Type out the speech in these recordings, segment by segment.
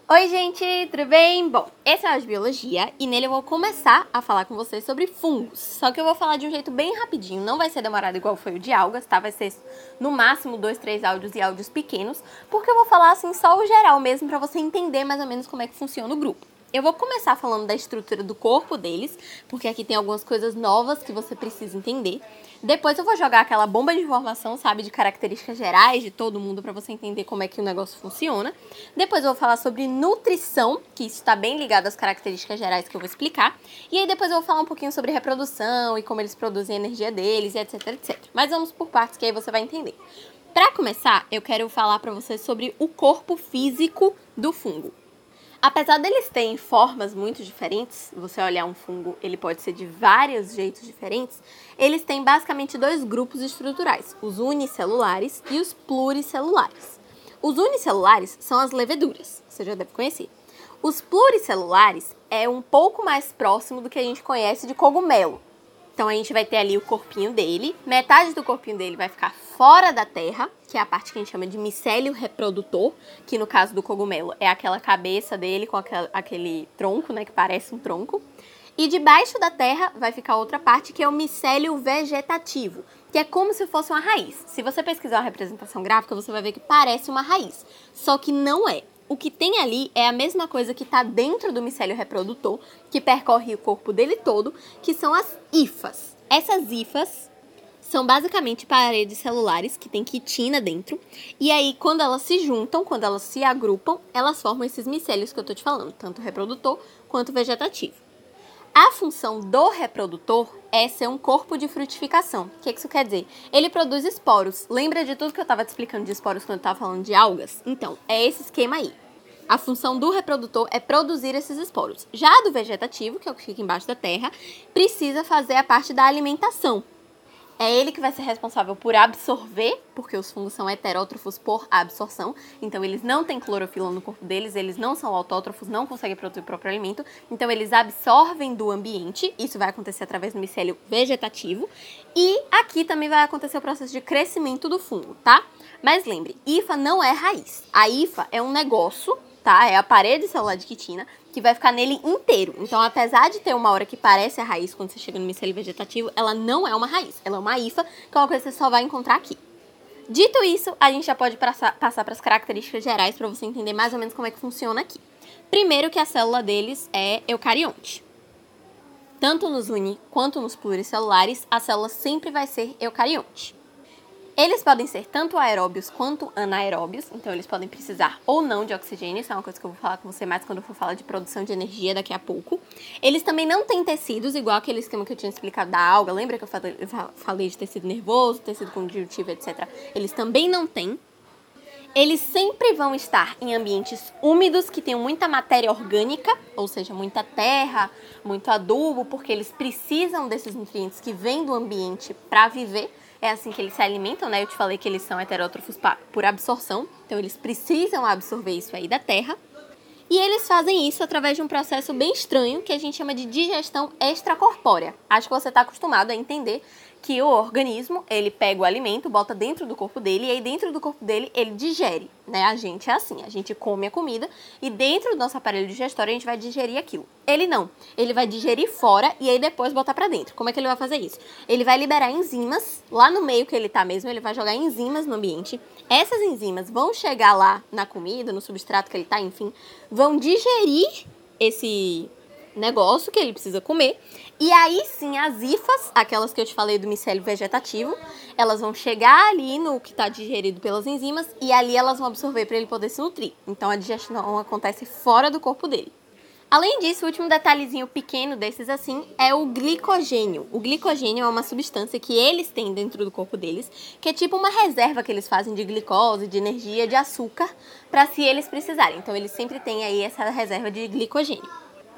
Oi gente, tudo bem? Bom, esse é o Aula de Biologia e nele eu vou começar a falar com vocês sobre fungos. Só que eu vou falar de um jeito bem rapidinho, não vai ser demorado igual foi o de algas, tá? Vai ser no máximo 2, 3 áudios e áudios pequenos, porque eu vou falar assim só o geral mesmo pra você entender mais ou menos como é que funciona o grupo. Eu vou começar falando da estrutura do corpo deles, porque aqui tem algumas coisas novas que você precisa entender. Depois eu vou jogar aquela bomba de informação, sabe, de características gerais de todo mundo para você entender como é que o negócio funciona. Depois eu vou falar sobre nutrição, que isso está bem ligado às características gerais que eu vou explicar. E aí depois eu vou falar um pouquinho sobre reprodução e como eles produzem a energia deles, etc, etc. Mas vamos por partes que aí você vai entender. Para começar, eu quero falar para você sobre o corpo físico do fungo. Apesar deles terem formas muito diferentes, você olhar um fungo, ele pode ser de vários jeitos diferentes, eles têm basicamente dois grupos estruturais, os unicelulares e os pluricelulares. Os unicelulares são as leveduras, você já deve conhecer. Os pluricelulares é um pouco mais próximo do que a gente conhece de cogumelo. Então a gente vai ter ali o corpinho dele, metade do corpinho dele vai ficar fora da terra, que é a parte que a gente chama de micélio reprodutor, que no caso do cogumelo é aquela cabeça dele com aquele tronco, né, que parece um tronco. E debaixo da terra vai ficar outra parte que é o micélio vegetativo, que é como se fosse uma raiz. Se você pesquisar uma representação gráfica, você vai ver que parece uma raiz, só que não é. O que tem ali é a mesma coisa que está dentro do micélio reprodutor, que percorre o corpo dele todo, que são as hifas. Essas hifas são basicamente paredes celulares que tem quitina dentro, e aí quando elas se juntam, quando elas se agrupam, elas formam esses micélios que eu tô te falando, tanto reprodutor quanto vegetativo. A função do reprodutor é ser um corpo de frutificação. O que isso quer dizer? Ele produz esporos. Lembra de tudo que eu estava te explicando de esporos quando eu estava falando de algas? Então, é esse esquema aí. A função do reprodutor é produzir esses esporos. Já a do vegetativo, que é o que fica embaixo da terra, precisa fazer a parte da alimentação. É ele que vai ser responsável por absorver, porque os fungos são heterótrofos por absorção, então eles não têm clorofila no corpo deles, eles não são autótrofos, não conseguem produzir o próprio alimento, então eles absorvem do ambiente, isso vai acontecer através do micélio vegetativo, e aqui também vai acontecer o processo de crescimento do fungo, tá? Mas lembre, hifa não é raiz, a hifa é um negócio, tá? É a parede celular de quitina que vai ficar nele inteiro. Então, apesar de ter uma hora que parece a raiz quando você chega no micélio vegetativo, ela não é uma raiz. Ela é uma hifa, que é uma coisa que você só vai encontrar aqui. Dito isso, a gente já pode passar para as características gerais para você entender mais ou menos como é que funciona aqui. Primeiro que a célula deles é eucarionte. Tanto nos uni quanto nos pluricelulares, a célula sempre vai ser eucarionte. Eles podem ser tanto aeróbios quanto anaeróbios, então eles podem precisar ou não de oxigênio, isso é uma coisa que eu vou falar com você mais quando eu for falar de produção de energia daqui a pouco. Eles também não têm tecidos, igual aquele esquema que eu tinha explicado da alga, lembra que eu falei de tecido nervoso, tecido conjuntivo, etc. Eles também não têm. Eles sempre vão estar em ambientes úmidos, que tenham muita matéria orgânica, ou seja, muita terra, muito adubo, porque eles precisam desses nutrientes que vêm do ambiente para viver. É assim que eles se alimentam, né? Eu te falei que eles são heterótrofos por absorção, então eles precisam absorver isso aí da terra. E eles fazem isso através de um processo bem estranho que a gente chama de digestão extracorpórea. Acho que você está acostumado a entender que o organismo, ele pega o alimento, bota dentro do corpo dele e aí dentro do corpo dele ele digere, né? A gente é assim, a gente come a comida e dentro do nosso aparelho digestório a gente vai digerir aquilo. Ele não, ele vai digerir fora e aí depois botar pra dentro. Como é que ele vai fazer isso? Ele vai liberar enzimas, lá no meio que ele tá mesmo, ele vai jogar enzimas no ambiente. Essas enzimas vão chegar lá na comida, no substrato que ele tá, enfim, vão digerir esse negócio que ele precisa comer. E aí sim, as hifas, aquelas que eu te falei do micélio vegetativo, elas vão chegar ali no que está digerido pelas enzimas e ali elas vão absorver para ele poder se nutrir. Então a digestão acontece fora do corpo dele. Além disso, o último detalhezinho pequeno desses assim é o glicogênio. O glicogênio é uma substância que eles têm dentro do corpo deles, que é tipo uma reserva que eles fazem de glicose, de energia, de açúcar, para se eles precisarem. Então eles sempre têm aí essa reserva de glicogênio.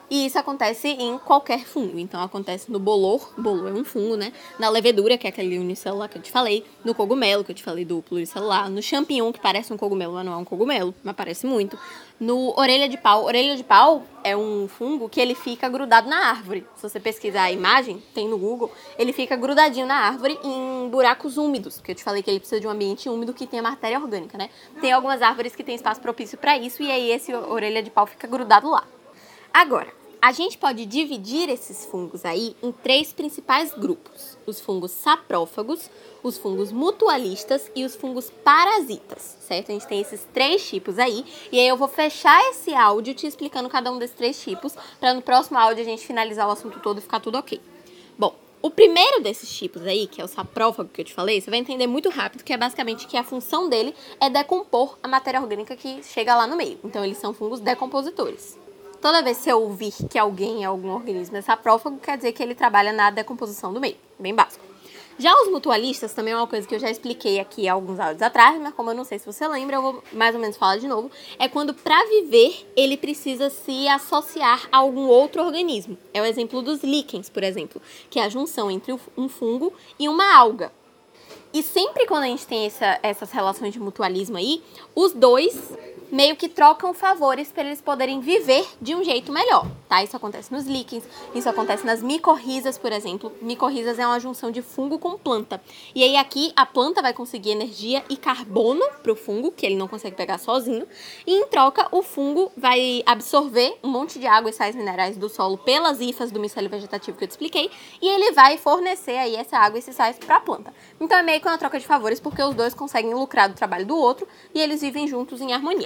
E isso acontece em qualquer fungo. Então, acontece no bolor é um fungo, né? Na levedura, que é aquele unicelular que eu te falei. No cogumelo, que eu te falei do pluricelular. No champignon, que parece um cogumelo, mas não é um cogumelo, mas parece muito. No orelha de pau. Orelha de pau é um fungo que ele fica grudado na árvore. Se você pesquisar a imagem, tem no Google, ele fica grudadinho na árvore em buracos úmidos. Porque eu te falei que ele precisa de um ambiente úmido que tenha matéria orgânica, né? Tem algumas árvores que tem espaço propício para isso, e aí esse orelha de pau fica grudado lá. Agora, a gente pode dividir esses fungos aí em 3 principais grupos. Os fungos saprófagos, os fungos mutualistas e os fungos parasitas, certo? A gente tem esses 3 tipos aí, e aí eu vou fechar esse áudio te explicando cada um desses 3 tipos, para no próximo áudio a gente finalizar o assunto todo e ficar tudo ok. Bom, o primeiro desses tipos aí, que é o saprófago que eu te falei, você vai entender muito rápido que é basicamente que a função dele é decompor a matéria orgânica que chega lá no meio. Então, eles são fungos decompositores. Toda vez que você ouvir que alguém, algum organismo é saprófago, quer dizer que ele trabalha na decomposição do meio. Bem básico. Já os mutualistas também é uma coisa que eu já expliquei aqui há alguns áudios atrás, mas como eu não sei se você lembra, eu vou mais ou menos falar de novo. É quando, para viver, ele precisa se associar a algum outro organismo. É o exemplo dos líquens, por exemplo, que é a junção entre um fungo e uma alga. E sempre quando a gente tem essas relações de mutualismo aí, os dois meio que trocam favores para eles poderem viver de um jeito melhor, tá? Isso acontece nos líquens, isso acontece nas micorrizas, por exemplo. Micorrizas é uma junção de fungo com planta. E aí aqui a planta vai conseguir energia e carbono pro fungo, que ele não consegue pegar sozinho, e em troca o fungo vai absorver um monte de água e sais minerais do solo pelas hifas do micélio vegetativo que eu te expliquei, e ele vai fornecer aí essa água e esses sais para a planta. Então é meio que uma troca de favores, porque os dois conseguem lucrar do trabalho do outro e eles vivem juntos em harmonia.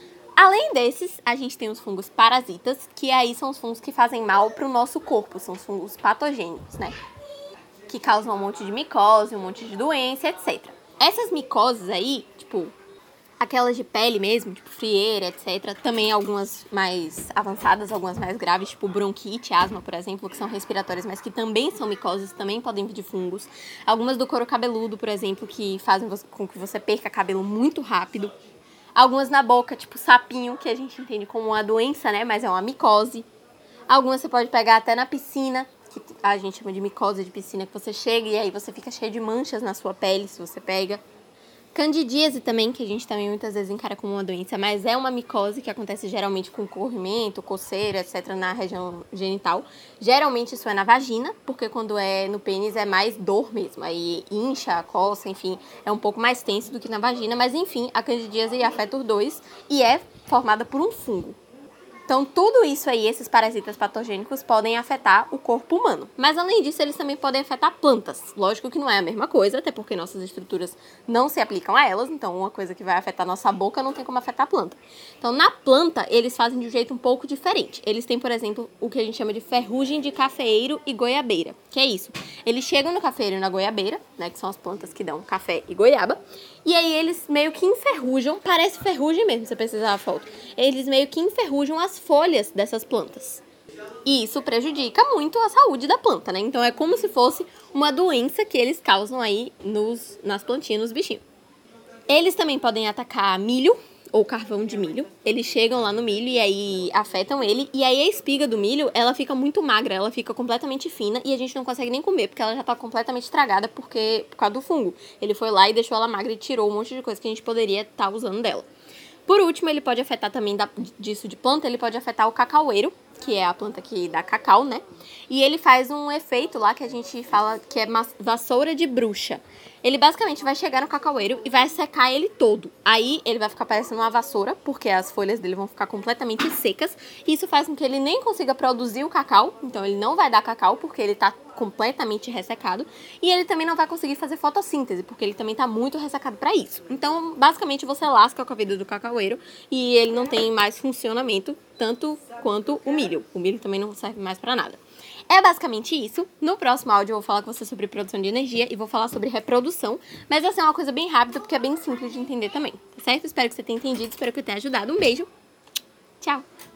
Além desses, a gente tem os fungos parasitas, que aí são os fungos que fazem mal para o nosso corpo, são os fungos patogênicos, né? Que causam um monte de micose, um monte de doença, etc. Essas micoses aí, tipo, aquelas de pele mesmo, tipo frieira, etc. Também algumas mais avançadas, algumas mais graves, tipo bronquite, asma, por exemplo, que são respiratórias, mas que também são micoses, também podem vir de fungos. Algumas do couro cabeludo, por exemplo, que fazem com que você perca cabelo muito rápido. Algumas na boca, tipo sapinho, que a gente entende como uma doença, né? Mas é uma micose. Algumas você pode pegar até na piscina, que a gente chama de micose de piscina, que você chega e aí você fica cheio de manchas na sua pele se você pega. Candidíase também, que a gente também muitas vezes encara como uma doença, mas é uma micose que acontece geralmente com corrimento, coceira, etc. na região genital. Geralmente isso é na vagina, porque quando é no pênis é mais dor mesmo. Aí incha, coça, enfim, é um pouco mais tenso do que na vagina. Mas enfim, a candidíase afeta os dois e é formada por um fungo. Então, tudo isso aí, esses parasitas patogênicos, podem afetar o corpo humano. Mas, além disso, eles também podem afetar plantas. Lógico que não é a mesma coisa, até porque nossas estruturas não se aplicam a elas. Então, uma coisa que vai afetar nossa boca não tem como afetar a planta. Então, na planta, eles fazem de um jeito um pouco diferente. Eles têm, por exemplo, o que a gente chama de ferrugem de cafeeiro e goiabeira. Que é isso? Eles chegam no cafeeiro e na goiabeira, né, que são as plantas que dão café e goiaba. E aí, eles meio que enferrujam, parece ferrugem mesmo, se você precisar a foto. Eles meio que enferrujam as folhas dessas plantas. E isso prejudica muito a saúde da planta, né? Então é como se fosse uma doença que eles causam aí nas plantinhas, nos bichinhos. Eles também podem atacar milho ou carvão de milho. Eles chegam lá no milho e aí afetam ele. E aí a espiga do milho, ela fica muito magra, ela fica completamente fina e a gente não consegue nem comer, porque ela já tá completamente estragada por causa do fungo. Ele foi lá e deixou ela magra e tirou um monte de coisa que a gente poderia estar usando dela. Por último, ele pode afetar também disso de planta, ele pode afetar o cacaueiro, que é a planta que dá cacau, né? E ele faz um efeito lá que a gente fala que é vassoura de bruxa. Ele basicamente vai chegar no cacaueiro e vai secar ele todo. Aí ele vai ficar parecendo uma vassoura, porque as folhas dele vão ficar completamente secas. E isso faz com que ele nem consiga produzir o cacau. Então ele não vai dar cacau, porque ele tá completamente ressecado. E ele também não vai conseguir fazer fotossíntese, porque ele também tá muito ressecado para isso. Então, basicamente, você lasca com a vida do cacaueiro e ele não tem mais funcionamento, tanto quanto o milho. O milho também não serve mais para nada. É basicamente isso. No próximo áudio eu vou falar com você sobre produção de energia e vou falar sobre reprodução, mas vai ser uma coisa bem rápida porque é bem simples de entender também, tá certo? Espero que você tenha entendido, espero que eu tenha ajudado. Um beijo, tchau!